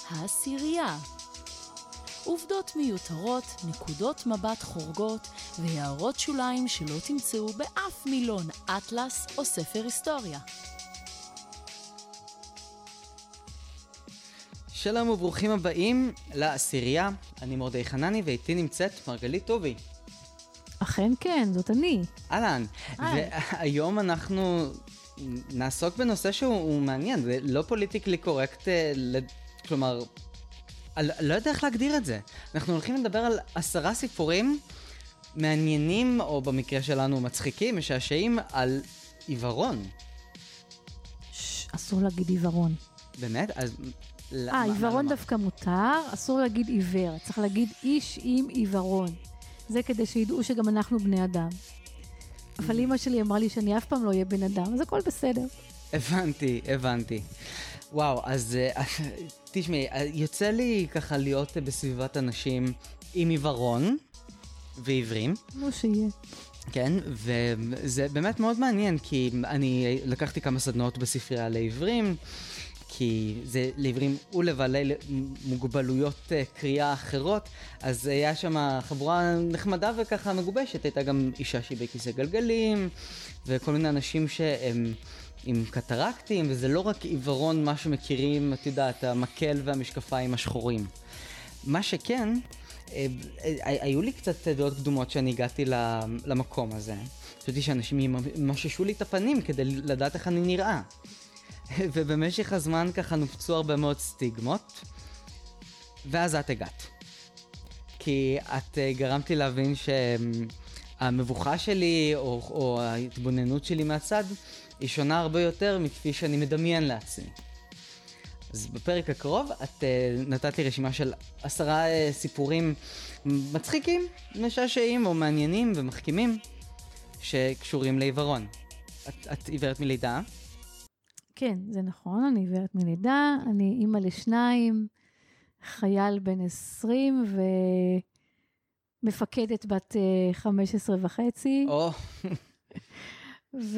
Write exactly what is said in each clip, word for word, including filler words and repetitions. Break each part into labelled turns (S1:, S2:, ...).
S1: העשירייה. עובדות מיותרות, נקודות מבט חורגות והערות שוליים שלא תמצאו באף מילון אטלס או ספר היסטוריה.
S2: שלום וברוכים הבאים לעשירייה. אני מורדי חנני ואיתי נמצאת מרגלית טובי.
S3: אכן כן, זאת אני.
S2: אהלן. והיום אנחנו נעסוק בנושא שהוא מעניין, זה לא פוליטיקלי קורקט, כלומר, לא יודע איך להגדיר את זה. אנחנו הולכים לדבר על עשרה סיפורים מעניינים, או במקרה שלנו מצחיקים, משעשעים, על עיוורון.
S3: ש, אסור להגיד עיוורון.
S2: באמת? אז...
S3: אה, עיוורון דווקא מותר, אסור להגיד עיוור, צריך להגיד איש עם עיוורון. זה כדי שידעו שגם אנחנו בני אדם. אבל אמא שלי אמרה לי שאני אף פעם לא אהיה בן אדם, אז הכל בסדר.
S2: הבנתי, הבנתי. וואו, אז תשמעי, יוצא לי ככה להיות בסביבת אנשים עם עיוורון ועיוורים.
S3: כמו שיהיה.
S2: כן, וזה באמת מאוד מעניין, כי אני לקחתי כמה סדנאות בספרייה לעיוורים, כי זה לעיוורים ולבעלי מוגבלויות קריאה אחרות, אז היה שם חבורה נחמדה וככה מגובשת, הייתה גם אישה שהיא בכיסא גלגלים, וכל מיני אנשים שהם עם קטרקטים, וזה לא רק עיוורון מה שמכירים, את יודעת, המקל והמשקפיים השחורים. מה שכן, היו לי קצת דעות קדומות שאני הגעתי למקום הזה. חשבתי שאנשים ימששו לי את הפנים כדי לדעת איך אני נראה. ובמשך הזמן ככה נופצו הרבה מאוד סטיגמות, ואז את הגעת. כי את גרמת לי להבין שהמבוכה שלי, או, או ההתבוננות שלי מהצד, היא שונה הרבה יותר מכפי שאני מדמיין לעצמי. אז בפרק הקרוב את נתת לי רשימה של עשרה סיפורים מצחיקים, משעשעים או מעניינים ומחכימים, שקשורים לעיוורון. את, את עיוורת מלידה?
S3: כן, זה נכון, אני עיוורת מלידה, אני אימא לשניים, חייל בן עשרים ומפקדת בת חמש עשרה וחצי.
S2: או.
S3: ו...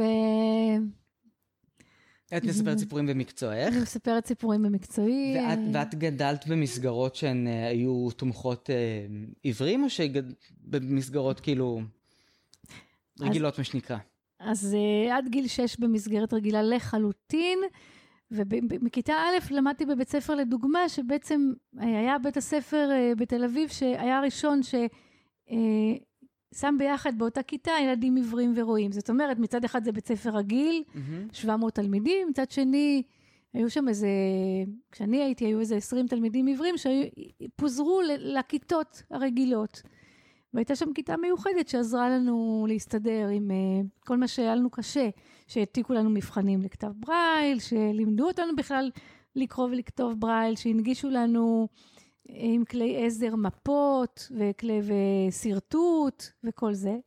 S2: את מספרת סיפורים במקצועך?
S3: אני מספרת סיפורים במקצועי.
S2: ואת, ואת גדלת במסגרות שהן היו תומכות עיוורים, או שבמסגרות כאילו רגילות אז... מה שנקרא?
S3: אז uh, עד גיל שש במסגרת רגילה לחלוטין, ומכיתה א' למדתי בבית ספר לדוגמה, שבעצם היה בית הספר uh, בתל אביב, שהיה הראשון ששם uh, ביחד באותה כיתה ילדים עיוורים ורואים. זאת אומרת, מצד אחד זה בית ספר רגיל, mm-hmm. שבע מאות תלמידים, מצד שני, היו שם איזה, כשאני הייתי, היו איזה עשרים תלמידים עיוורים, שפוזרו לכיתות הרגילות. והייתה שם כיתה מיוחדת שעזרה לנו להסתדר עם uh, כל מה שהיה לנו קשה, שהעתיקו לנו מבחנים לכתב ברייל, שלימדו אותנו בכלל לקרוא ולכתוב ברייל, שהנגישו לנו uh, עם כלי עזר מפות, וכלי וסרטוט, וכל זה.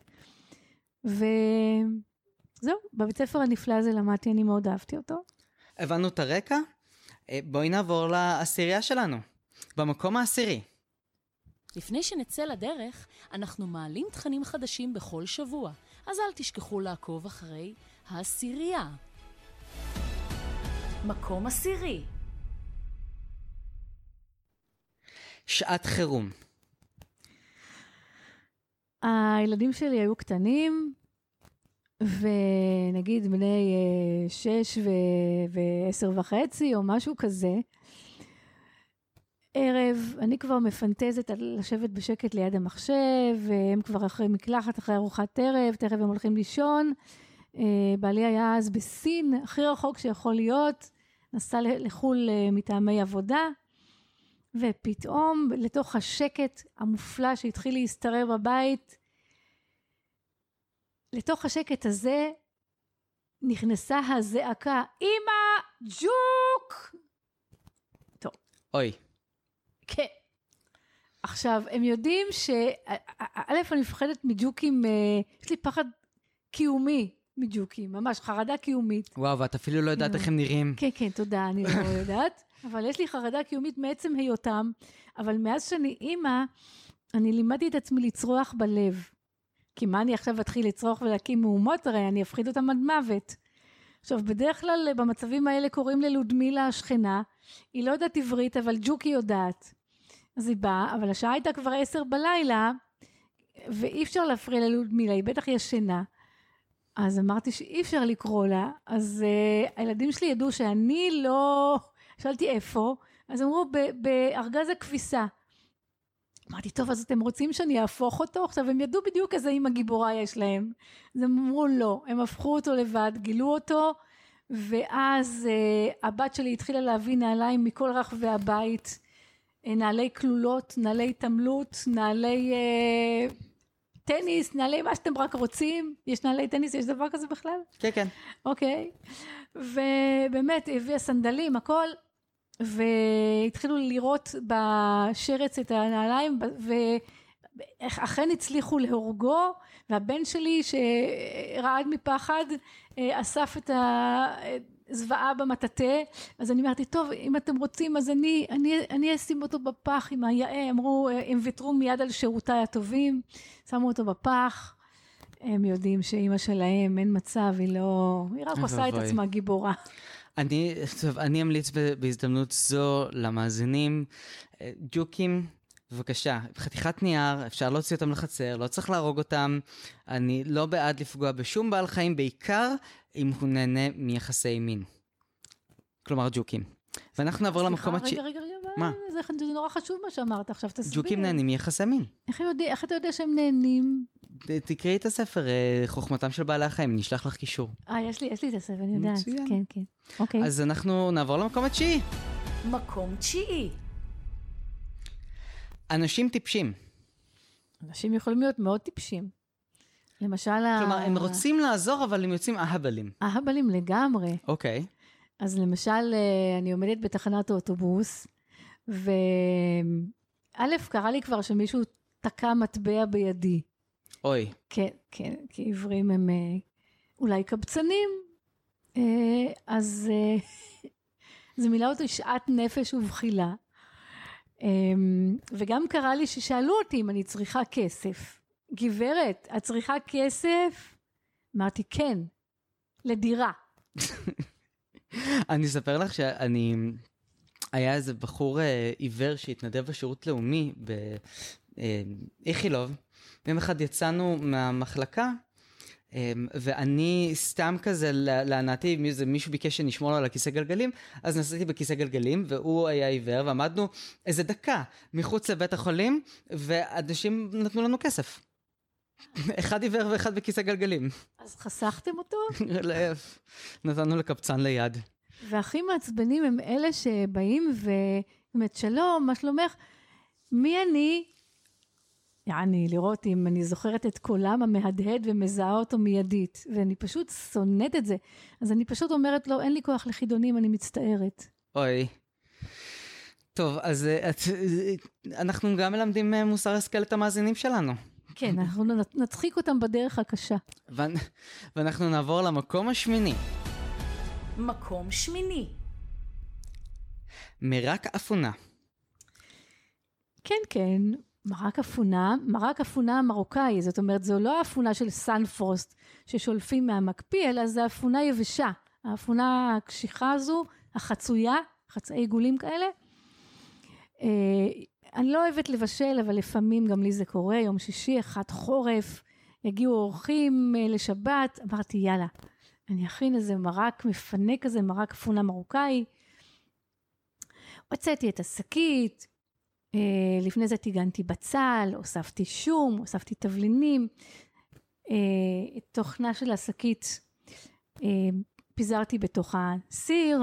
S3: וזהו, בבית ספר הנפלא הזה למדתי, אני מאוד אהבתי אותו.
S2: הבנו את הרקע, בואי נעבור לעשירייה שלנו, במקום העשירי.
S1: לפני שנצא לדרך, אנחנו מעלים תכנים חדשים בכל שבוע, אז אל תשכחו לעקוב אחרי העשירייה. מקום עשירי.
S2: שעת חירום.
S3: הילדים שלי היו קטנים, ונגיד בני שש ועשר וחצי או משהו כזה, ערב, אני כבר מפנטזת על לשבת בשקט ליד המחשב, והם כבר אחרי מקלחת, אחרי ארוחת ערב, תכף הם הולכים לישון. בעלי היה אז בסין, הכי רחוק שיכול להיות, נסע לחול מטעמי עבודה, ופתאום לתוך השקט המופלא שהתחיל להסתרר בבית, לתוך השקט הזה נכנסה הזעקה, אמא, ג'וק! טוב.
S2: אוי.
S3: כן. עכשיו, הם יודעים ש... א', אני מפחדת מג'וקים, יש לי פחד קיומי מג'וקים, ממש חרדה קיומית.
S2: וואו, ואת אפילו לא יודעת איך הם נראים.
S3: כן, כן, תודה, אני לא יודעת. אבל יש לי חרדה קיומית מעצם היותם, אבל מאז שאני אימא, אני לימדתי את עצמי לצרוח בלב. כי מה אני עכשיו אתחיל לצרוח ולהקים מהומות, הרי אני אפחיד אותם עד מוות. עכשיו, בדרך כלל במצבים האלה קוראים ללודמילה השכנה, היא לא יודעת עברית, אבל ג'וקי יודעת. אז היא באה, אבל השעה הייתה כבר עשר בלילה, ואי אפשר להפריע ללודמילה, היא בטח ישנה. אז אמרתי שאי אפשר לקרוא לה, אז uh, הילדים שלי ידעו שאני לא... שאלתי איפה, אז אמרו, בארגז הכביסה. אמרתי, טוב, אז אתם רוצים שאני אהפוך אותו? עכשיו, הם ידעו בדיוק איזה אימא גיבורה יש להם. אז הם אמרו, לא, הם הפכו אותו לבד, גילו אותו, ואז uh, הבת שלי התחילה להביא נעליים מכל רחבי הבית, נעלי כלולות, נעלי תמלות, נעלי uh, טניס, נעלי מה שאתם רק רוצים. יש נעלי טניס, יש דבר כזה בכלל?
S2: כן, כן.
S3: אוקיי. ובאמת, הביאה סנדלים, הכל, והתחילו לראות בשרץ את הנעליים, ואכן הצליחו להורגו, והבן שלי שרעד מפחד, אסף את הזוועה במטאטה, אז אני אמרתי, טוב, אם אתם רוצים, אז אני, אני, אני אשים אותו בפח עם היאה, אמרו, הם ויתרו מיד על שירותיי הטובים, שמו אותו בפח, הם יודעים שאמא שלהם אין מצב, היא לא, היא רק עושה את עצמה גיבורה.
S2: אני, טוב, אני אמליץ בהזדמנות זו למאזינים, ג'וקים, בבקשה, חתיכת נייר, אפשר להוציא אותם לחצר, לא צריך להרוג אותם, אני לא בעד לפגוע בשום בעל חיים, בעיקר אם הוא נהנה מיחסי מין. כלומר, ג'וקים. ואנחנו נעבור למקום...
S3: רגע, רגע, רגע,
S2: מה?
S3: זה נורא חשוב מה שאמרת, עכשיו תסביר.
S2: ג'וקים נהנים מיחסי מין.
S3: איך אתה יודע שהם נהנים?
S2: תקראי את הספר, חוכמתם של בעלי החיים, נשלח לך קישור.
S3: אה, יש לי, יש לי את הספר, אני יודעת. כן, כן. אוקיי.
S2: אז אנחנו נעבור למקום התשיעי.
S1: מקום תשיעי.
S2: אנשים טיפשים.
S3: אנשים יכולים להיות מאוד טיפשים. למשל...
S2: כלומר, הם רוצים לעזור, אבל הם יוצאים אהבלים.
S3: אהבלים לגמרי.
S2: אוקיי.
S3: אז למשל, אני עומדת בתחנת האוטובוס, וא' קרה לי כבר שמישהו תקע מטבע בידי.
S2: אוי.
S3: כן, כן, כי עברים הם אולי קבצנים, אז זה מילא אותי שאט נפש ובחילה. וגם קרה לי ששאלו אותי אם אני צריכה כסף. גברת, את צריכה כסף? אמרתי, כן, לדירה.
S2: אני אספר לך שאני, היה איזה בחור עיוור שהתנדב בשירות לאומי באיכילוב, יום אחד יצאנו מהמחלקה, ואני סתם כזה לענתי, מישהו ביקש שנשמור לו על הכיסא גלגלים, אז נסעתי בכיסא גלגלים, והוא היה עיוור, ועמדנו איזה דקה מחוץ לבית החולים, ואנשים נתנו לנו כסף. אחד עיוור ואחד בכיסא גלגלים.
S3: אז חסכתם אותו?
S2: נתנו לקבצן ליד.
S3: והכי מעצבנים הם אלה שבאים ובאמת, שלום, מה שלומך? מי אני? יעני, לראות אם אני זוכרת את קולם המהדהד ומזהה אותו מיידית, ואני פשוט שונאת את זה. אז אני פשוט אומרת לו, אין לי כוח לחידונים, אני מצטערת.
S2: אוי. טוב, אז את, אנחנו גם מלמדים מוסר השכל את המאזינים שלנו.
S3: כן, אנחנו נצחיק אותם בדרך הקשה.
S2: ואנחנו נעבור למקום השמיני.
S1: מקום שמיני.
S2: מרק אפונה.
S3: כן, כן, מרק אפונה, מרק אפונה מרוקאי, זאת אומרת, זו לא האפונה של סנפרוסט ששולפים מהמקפיא, אלא זו אפונה יבשה. האפונה הקשיחה הזו, החצויה, חצאי עיגולים כאלה. אני לא אוהבת לבשל, אבל לפעמים גם לי זה קורה, יום שישי, אחד חורף, יגיעו אורחים לשבת, אמרתי, יאללה, אני אכין איזה מרק מפנה כזה, מרק אפונה מרוקאי. הוצאתי את השקית, לפני זה תיגנתי בצל, הוספתי שום, הוספתי תבלינים, את תוכנה של השקית פיזרתי בתוך הסיר,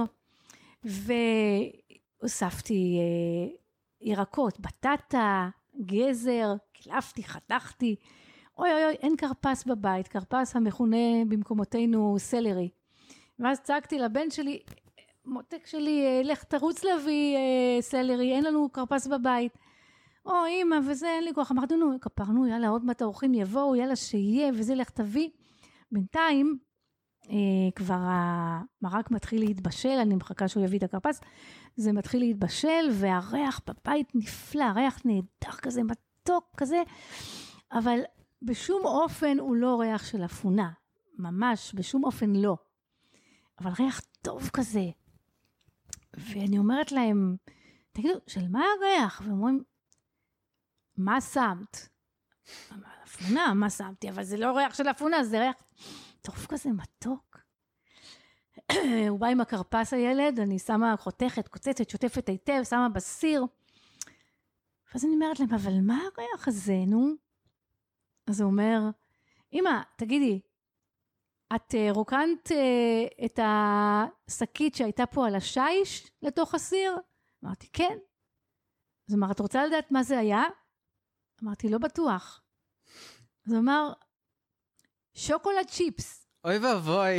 S3: והוספתי ירקות, בטטה, גזר, קלפתי, חתכתי, אוי אוי אוי, אין קרפס בבית, קרפס המכונה במקומותינו סלרי. ואז צעקתי לבן שלי, מותק שלי, לך תרוץ להביא סלרי, אין לנו קרפס בבית. או אמא, וזה אין לי כוח. אמרתי, נו, כפרנו, יאללה, עוד מעט האורחים יבואו, יאללה, שיהיה, וזה לך תביא. בינתיים, אה, כבר המרק מתחיל להתבשל, אני מחכה שהוא יביא את הקרפס, זה מתחיל להתבשל, והריח בבית נפלא, ריח נהדר כזה, מתוק כזה, אבל בשום אופן הוא לא ריח של אפונה, ממש, בשום אופן לא. אבל ריח טוב כזה. ואני אומרת להם, תגידו, של מה הריח? והם אומרים, מה שמת? אפונה, מה שמתי? אבל זה לא ריח של אפונה, זה ריח טוב כזה, מתוק. הוא בא עם הקרפס הילד, אני שמה חותכת, קוצצת, שוטפת היטב, שמה בסיר. ואז אני אומרת להם, אבל מה הריח הזה, נו? אז הוא אומר, אמא, תגידי, את רוקנת את השקית שהייתה פה על השיש לתוך הסיר? אמרתי, כן. אז הוא אמר, את רוצה לדעת מה זה היה? אמרתי, לא בטוח. אז הוא אמר, שוקולד צ'יפס.
S2: אוי ואבוי.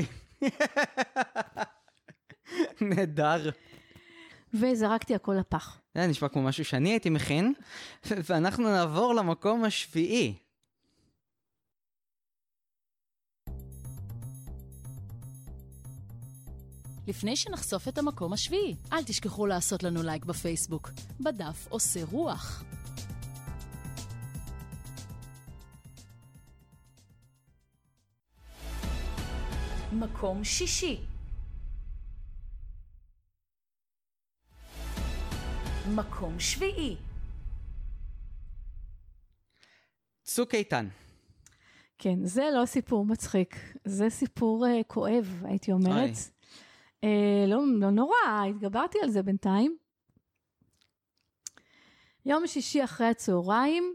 S2: נהדר.
S3: וזרקתי הכל לפח.
S2: זה נשמע כמו משהו שאני הייתי מכין, ואנחנו נעבור למקום השביעי.
S1: לפני שנחשוף את המקום השביעי, אל תשכחו לעשות לנו לייק בפייסבוק, בדף עושה רוח. מקום שישי. מקום שביעי.
S2: צוק איתן.
S3: כן, זה לא סיפור מצחיק, זה סיפור uh, כואב, הייתי אומרת. Uh, לא, לא נורא, התגברתי על זה בינתיים. יום שישי אחרי הצהריים,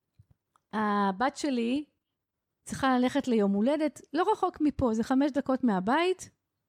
S3: הבת שלי צריכה ללכת ליום הולדת, לא רחוק מפה, זה חמש דקות מהבית.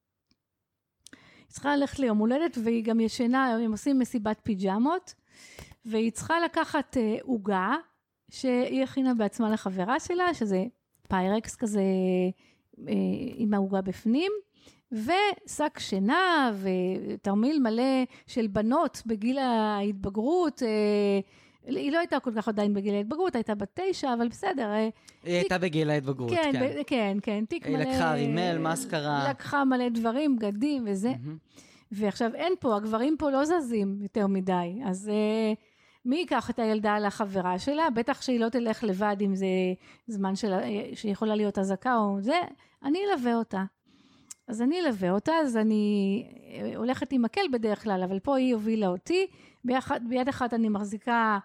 S3: היא צריכה ללכת ליום הולדת, והיא גם ישנה, הם עושים מסיבת פיג'מות, והיא צריכה לקחת עוגה, uh, שהיא הכינה בעצמה לחברה שלה, שזה פיירקס כזה, uh, עם העוגה בפנים, ושק שינה, ותרמיל מלא של בנות בגיל ההתבגרות, uh, היא לא הייתה כל כך עדיין בגיל ההתבגרות, הייתה בת תשע, אבל בסדר.
S2: היא הייתה בגיל ההתבגרות, כן.
S3: כן, כן, כן, תיק מלא.
S2: היא לקחה רימל, מסקרה.
S3: לקחה מלא דברים, בגדים וזה. ועכשיו אין פה, הגברים פה לא זזים יותר מדי, אז מי ייקח את הילדה לחברה שלה? בטח שהיא לא תלך לבד אם זה זמן שיכולה להיות הזקה או זה, אני אלווה אותה. אז אני אלווה אותה, אז אני הולכת עם מקל בדרך כלל, אבל פה היא הובילה אותי, ביד אחת אני מחזיקה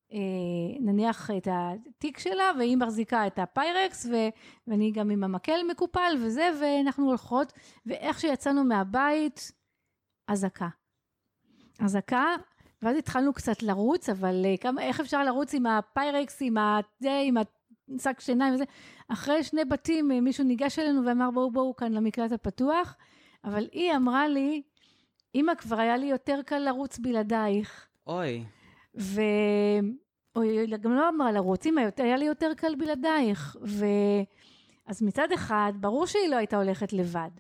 S3: נניח את התיק שלה, והיא מחזיקה את הפיירקס, ואני גם עם המקל מקופל וזה, ואנחנו הולכות, ואיך שיצאנו מהבית, הזקה. הזקה, ואז התחלנו קצת לרוץ, אבל כמה, איך אפשר לרוץ עם הפיירקס, עם הזה, עם השק שינה וזה, אחרי שני בתים מישהו ניגש אלינו ואמר בואו בואו כאן למקלט הפתוח, אבל היא אמרה לי, אמא כבר היה לי יותר קל לרוץ בלעדייך.
S2: אוי.
S3: ו... אוי, גם לא אמרה לרוץ, אמא היה לי יותר קל בלעדייך. ו... אז מצד אחד, ברור שהיא לא הייתה הולכת לבד.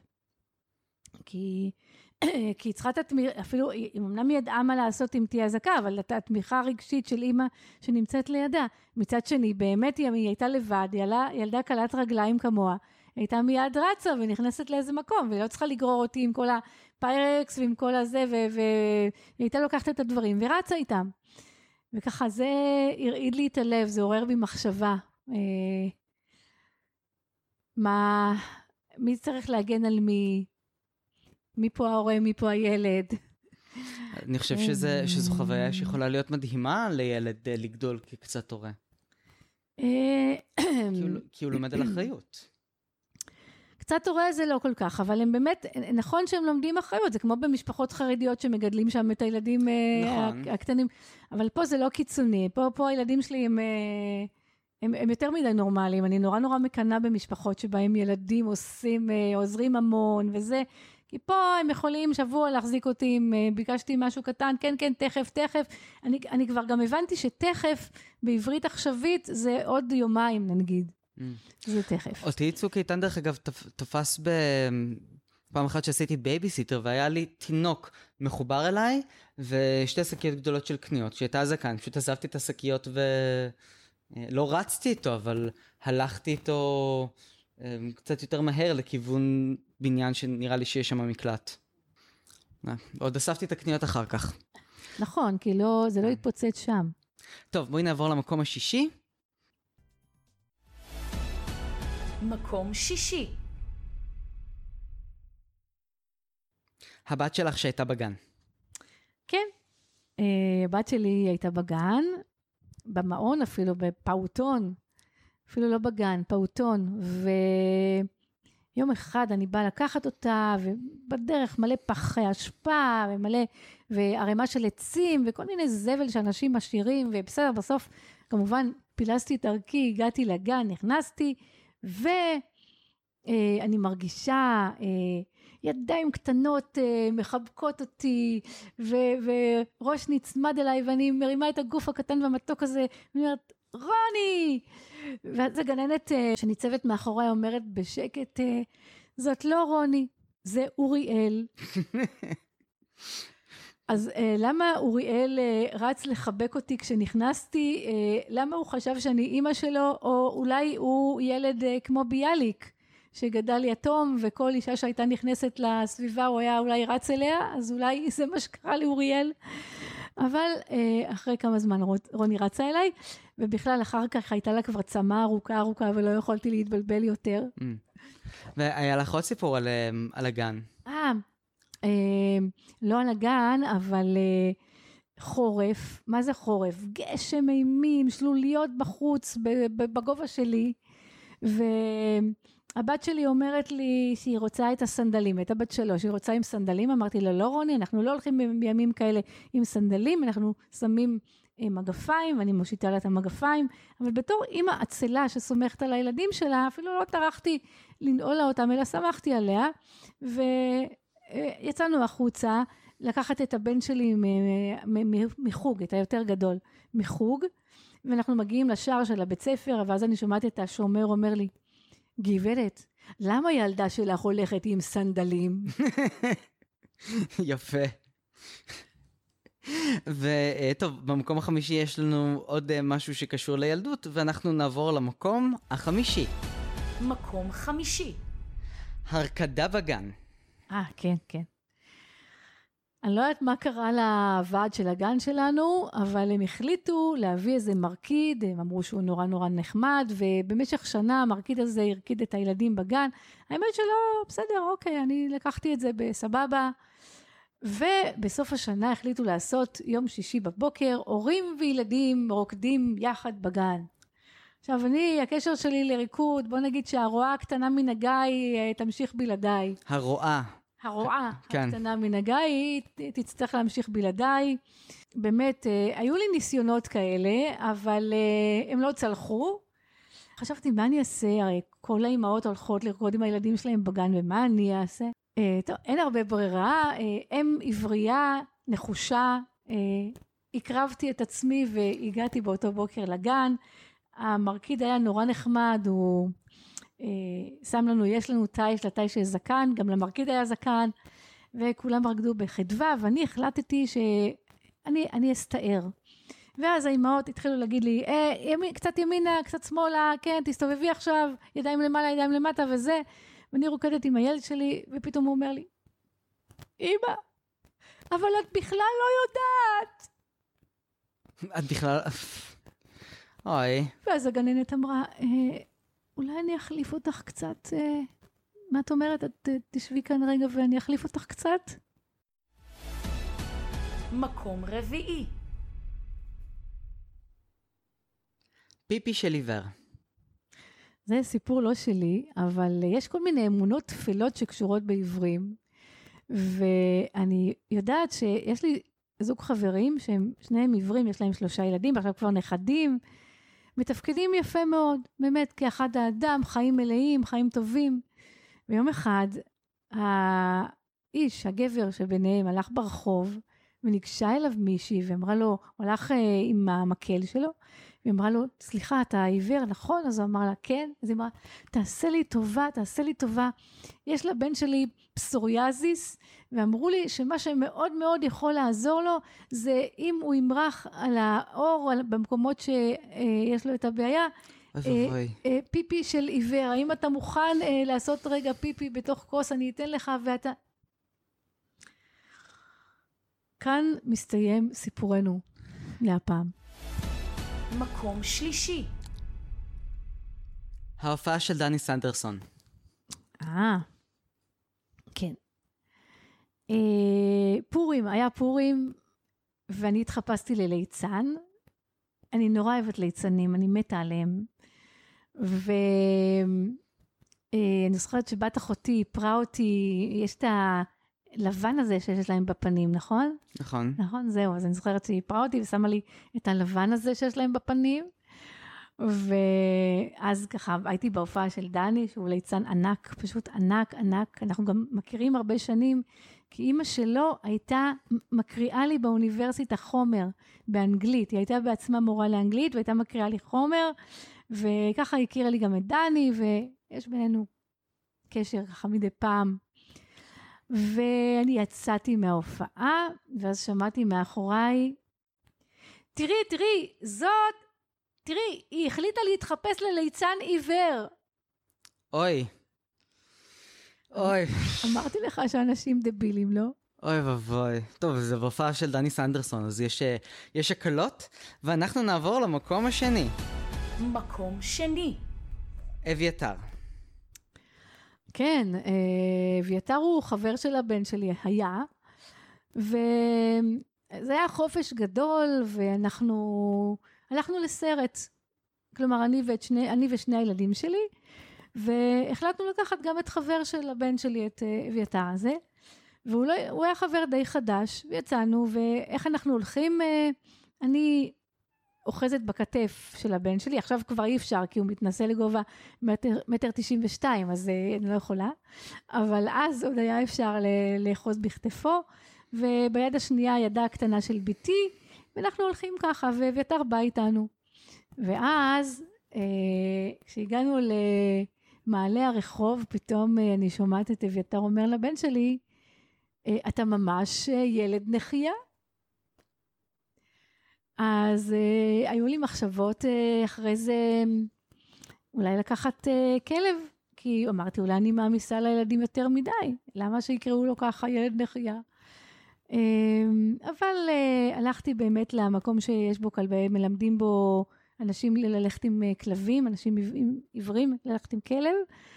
S3: כי... כי היא צריכה את התמיכה, אפילו, היא אמנם ידעה מה לעשות אם תהיה הזקה, אבל את התמיכה הרגשית של אמא שנמצאת לידה. מצד שני, באמת היא, היא הייתה לבד, היא ילדה, ילדה קלת רגליים כמוה, היא הייתה מיד רצה ונכנסת לאיזה מקום, והיא לא צריכה לגרור אותי עם כל הפיירקס ועם כל הזה, והיא הייתה לוקחת את הדברים ורצה איתם. וככה זה הרעיד לי את הלב, זה עורר בי מחשבה. מה, מי צריך להגן על מי? מי פה ההורה, מי פה הילד.
S2: אני חושב שזה, שזו חוויה שיכולה להיות מדהימה לילד לגדול כקצת הורה. כי הוא לומד על אחריות.
S3: קצת הורה זה לא כל כך, אבל הם באמת, נכון שהם לומדים אחריות, זה כמו במשפחות חרדיות שמגדלים שם את הילדים הקטנים, אבל פה זה לא קיצוני, פה, פה הילדים שלי הם, הם, הם יותר מדי נורמליים, אני נורא נורא מקנה במשפחות שבהם ילדים עושים, עוזרים המון וזה, כי פה הם יכולים שבוע להחזיק אותי אם ביקשתי משהו קטן, כן, כן, תכף, תכף. אני, אני כבר גם הבנתי שתכף בעברית עכשווית זה עוד יומיים נגיד. Mm. זה תכף.
S2: אותי צוק איתן דרך אגב תפס בפעם אחת שעשיתי בייביסיטר, והיה לי תינוק מחובר אליי, ושתי שקיות גדולות של קניות, שהייתה זקן, פשוט עזבתי את השקיות ולא רצתי איתו, אבל הלכתי איתו קצת יותר מהר לכיוון בניין שנראה לי שיש שם מקלט. עוד אספתי את הקניות אחר כך.
S3: נכון, כי לא, זה לא התפוצץ שם.
S2: טוב, בואי נעבור למקום השישי.
S1: מקום שישי.
S2: הבת שלך שהייתה בגן.
S3: כן. הבת שלי הייתה בגן, במעון אפילו, בפעוטון, אפילו לא בגן, פעוטון, ויום אחד אני באה לקחת אותה, ובדרך מלא פחי אשפה, ומלא, וערימה של עצים, וכל מיני זבל שאנשים משאירים, ובסדר, בסוף, כמובן, פילסתי את דרכי, הגעתי לגן, נכנסתי, ואני מרגישה ידיים קטנות מחבקות אותי, וראש נצמד אליי, ואני מרימה את הגוף הקטן והמתוק הזה, ואני אומרת, רוני! ואז הגננת שניצבת מאחוריי אומרת בשקט, זאת לא רוני, זה אוריאל. אז למה אוריאל רץ לחבק אותי כשנכנסתי? למה הוא חשב שאני אימא שלו, או אולי הוא ילד כמו ביאליק, שגדל יתום, וכל אישה שהייתה נכנסת לסביבה, הוא היה אולי רץ אליה, אז אולי זה מה שקרה לאוריאל. אבל אחרי כמה זמן רוני רצה אליי, ובכלל אחר כך הייתה לה כבר צמה ארוכה ארוכה, ולא יכולתי להתבלבל יותר.
S2: והיה לך עוד סיפור על, על הגן.
S3: אה, לא על הגן, אבל חורף. מה זה חורף? גשם אימים, שלוליות בחוץ, בגובה שלי, ו... הבת שלי אומרת לי שהיא רוצה את הסנדלים, את הבת שלו, שהיא רוצה עם סנדלים, אמרתי לה, לא רוני, אנחנו לא הולכים בימים כאלה עם סנדלים, אנחנו שמים מגפיים, ואני מושיטה לה את המגפיים, אבל בתור אימא עצלה שסומכת על הילדים שלה, אפילו לא טרחתי לנעול לה אותם, אלא שמחתי עליה, ויצאנו החוצה, לקחת את הבן שלי מחוג, את היותר גדול, מחוג, ואנחנו מגיעים לשער של הבית ספר, ואז אני שומעת את השומר אומר לי, גברת, למה ילדה שלך הולכת עם סנדלים?
S2: יפה. וטוב, במקום החמישי יש לנו עוד משהו שקשור לילדות, ואנחנו נעבור למקום החמישי.
S1: מקום חמישי.
S2: הרקדה בגן.
S3: אה, כן, כן. אני לא יודעת מה קרה לוועד של הגן שלנו, אבל הם החליטו להביא איזה מרקיד, הם אמרו שהוא נורא נורא נחמד, ובמשך שנה המרקיד הזה הרקיד את הילדים בגן. האמת שלא, בסדר, אוקיי, אני לקחתי את זה בסבבה, ובסוף השנה החליטו לעשות יום שישי בבוקר, הורים וילדים רוקדים יחד בגן. עכשיו אני, הקשר שלי לריקוד, בוא נגיד שהרועה הקטנה מן הגיא תמשיך בלעדיי.
S2: הרועה.
S3: הרועה כן. הקטנה מן הגיא, היא תצטרך להמשיך בלעדיי. באמת, היו לי ניסיונות כאלה, אבל הם לא צלחו. חשבתי, מה אני אעשה? הרי כל האימהות הולכות לרקוד עם הילדים שלהם בגן, ומה אני אעשה? טוב, אין הרבה ברירה. אם עברייה, נחושה, הקרבתי את עצמי והגעתי באותו בוקר לגן. המרקיד היה נורא נחמד, הוא שם לנו, יש לנו תאי, יש לתאי של זקן, גם למרקיד היה זקן, וכולם רקדו בחדווה, ואני החלטתי שאני אני אסתער. ואז האימהות התחילו להגיד לי, אה, ימין, קצת ימינה, קצת שמאלה, כן, תסתובבי עכשיו, ידיים למעלה, ידיים למטה וזה, ואני רוקדת עם הילד שלי, ופתאום הוא אומר לי, אמא, אבל את בכלל לא יודעת.
S2: את בכלל... אוי.
S3: ואז הגננת אמרה, אולי אני אחליף אותך קצת, מה את אומרת? את תשבי כאן רגע ואני אחליף אותך קצת?
S1: מקום רביעי.
S2: פיפי של עיוור.
S3: זה סיפור לא שלי, אבל יש כל מיני אמונות תפילות שקשורות בעיוורים, ואני יודעת שיש לי זוג חברים שהם שניהם עיוורים, יש להם שלושה ילדים, עכשיו כבר נכדים, מתפקדים יפה מאוד, באמת כאחד האדם, חיים מלאים, חיים טובים. ויום אחד, האיש, הגבר שביניהם, הלך ברחוב, וניגשה אליו מישהי, ואמרה לו, הוא הלך עם המקל שלו, ואמרה לו, סליחה, אתה עיוור, נכון? אז הוא אמר לה, כן. אז היא אמרה, תעשה לי טובה, תעשה לי טובה. יש לבן שלי פסוריאזיס, ואמרו לי שמה שמאוד מאוד יכול לעזור לו, זה אם הוא ימרח על האור, במקומות שיש לו את הבעיה, פיפי של עיוור. האם אתה מוכן לעשות רגע פיפי בתוך כוס, אני אתן לך, ואתה... כאן מסתיים סיפורנו להפעם.
S1: מקום שלישי.
S2: ההופעה של דני סנדרסון.
S3: אה, כן. אה, פורים, היה פורים, ואני התחפשתי לליצן. אני נורא אוהבת ליצנים, אני מתה עליהם. ואני זוכרת שבת אחותי איפרה אותי, יש את הלבן הזה שיש להם בפנים, נכון?
S2: נכון.
S3: נכון, זהו, אז אני זוכרת שהיא איפרה אותי ושמה לי את הלבן הזה שיש להם בפנים, ואז ככה הייתי בהופעה של דני, שהוא ליצן ענק, פשוט ענק, ענק, אנחנו גם מכירים הרבה שנים, כי אימא שלו הייתה מקריאה לי באוניברסיטה חומר באנגלית, היא הייתה בעצמה מורה לאנגלית, והייתה מקריאה לי חומר, וככה הכירה לי גם את דני, ויש בינינו קשר ככה מדי פעם. ואני יצאתי מההופעה, ואז שמעתי מאחוריי, תראי, תראי, זאת, תראי, היא החליטה להתחפש לליצן עיוור.
S2: אוי. אוי.
S3: אמרתי לך שאנשים דבילים, לא?
S2: אוי ובוי. טוב, זה בהופעה של דני סנדרסון, אז יש, יש הקלות, ואנחנו נעבור למקום השני.
S1: מקום שני.
S2: אביתר.
S3: כן, אביתר הוא חבר של הבן שלי, היה, וזה היה חופש גדול, ואנחנו הלכנו לסרט, כלומר אני, ואת שני, אני ושני הילדים שלי, והחלטנו לקחת גם את חבר של הבן שלי, את אביתר הזה, והוא לא, הוא היה חבר די חדש, ויצאנו, ואיך אנחנו הולכים, אני אוחזת בכתף של הבן שלי, עכשיו כבר אי אפשר, כי הוא מתנסה לגובה מטר, מטר תשעים ושתיים, אז אני לא יכולה, אבל אז עוד היה אפשר לאחוז בכתפו, וביד השנייה ידה הקטנה של ביתי, ואנחנו הולכים ככה, ואביתר בא איתנו. ואז, אה, כשהגענו למעלה הרחוב, פתאום אה, אני שומעת את אביתר אומר לבן שלי, אה, אתה ממש אה, ילד נחייה? אז אה, היו לי מחשבות אה, אחרי זה, אולי לקחת אה, כלב, כי אמרתי, אולי אני מאמיסה לילדים יותר מדי, למה שיקראו לו ככה ילד נחייה? אבל הלכתי באמת למקום שיש בו כלבי, מלמדים בו אנשים ללכת עם כלבים, אנשים עיוורים ללכת עם כלב,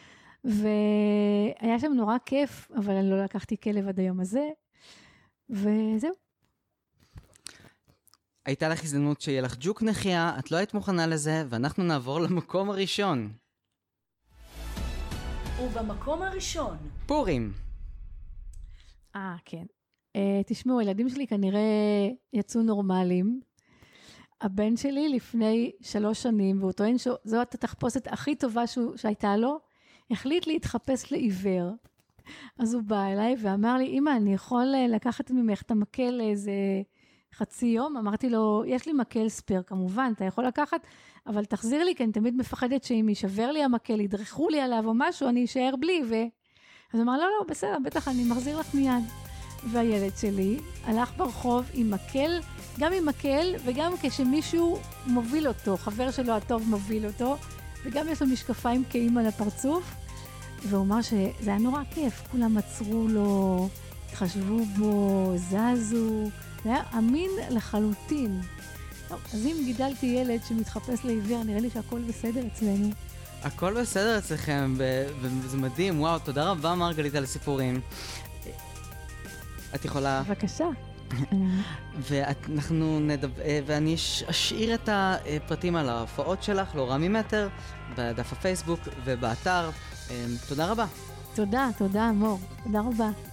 S3: והיה שם נורא כיף, אבל אני לא לקחתי כלב עד היום הזה, וזהו.
S2: הייתה לך הזדמנות שיהיה לך ג'וק נחייה, את לא היית מוכנה לזה, ואנחנו נעבור למקום הראשון.
S1: ובמקום הראשון.
S2: פורים.
S3: אה, כן. Uh, תשמעו, הילדים שלי כנראה יצאו נורמליים. הבן שלי לפני שלוש שנים, והוא טוען שזאת התחפושת הכי טובה שהוא, שהייתה לו, החליט להתחפש לעיוור. אז הוא בא אליי ואמר לי, אמא, אני יכול לקחת ממך את המקל לאיזה חצי יום? אמרתי לו, יש לי מקל ספר, כמובן, אתה יכול לקחת, אבל תחזיר לי, כי אני תמיד מפחדת שאם יישבר לי המקל, ידרכו לי עליו או משהו, אני אשאר בלי. ו... אז הוא אמר, לא, לא, בסדר, בטח אני מחזיר לך מיד. והילד שלי הלך ברחוב עם מקל, גם עם מקל וגם כשמישהו מוביל אותו, חבר שלו הטוב מוביל אותו, וגם יש לו משקפיים קיים על הפרצוף, והוא אמר שזה היה נורא כיף, כולם עצרו לו, התחשבו בו, זזו, זה היה אמין לחלוטין. טוב, אז אם גידלתי ילד שמתחפש לעיוור, נראה לי שהכל בסדר אצלנו.
S2: הכל בסדר אצלכם, וזה מדהים, וואו, תודה רבה מרגלית על הסיפורים. את יכולה...
S3: בבקשה.
S2: ואנחנו נדבר, ואני אשאיר את הפרטים על ההופעות שלך, לא רמי מטר, בדף הפייסבוק ובאתר. תודה רבה.
S3: תודה, תודה, אמור. תודה רבה.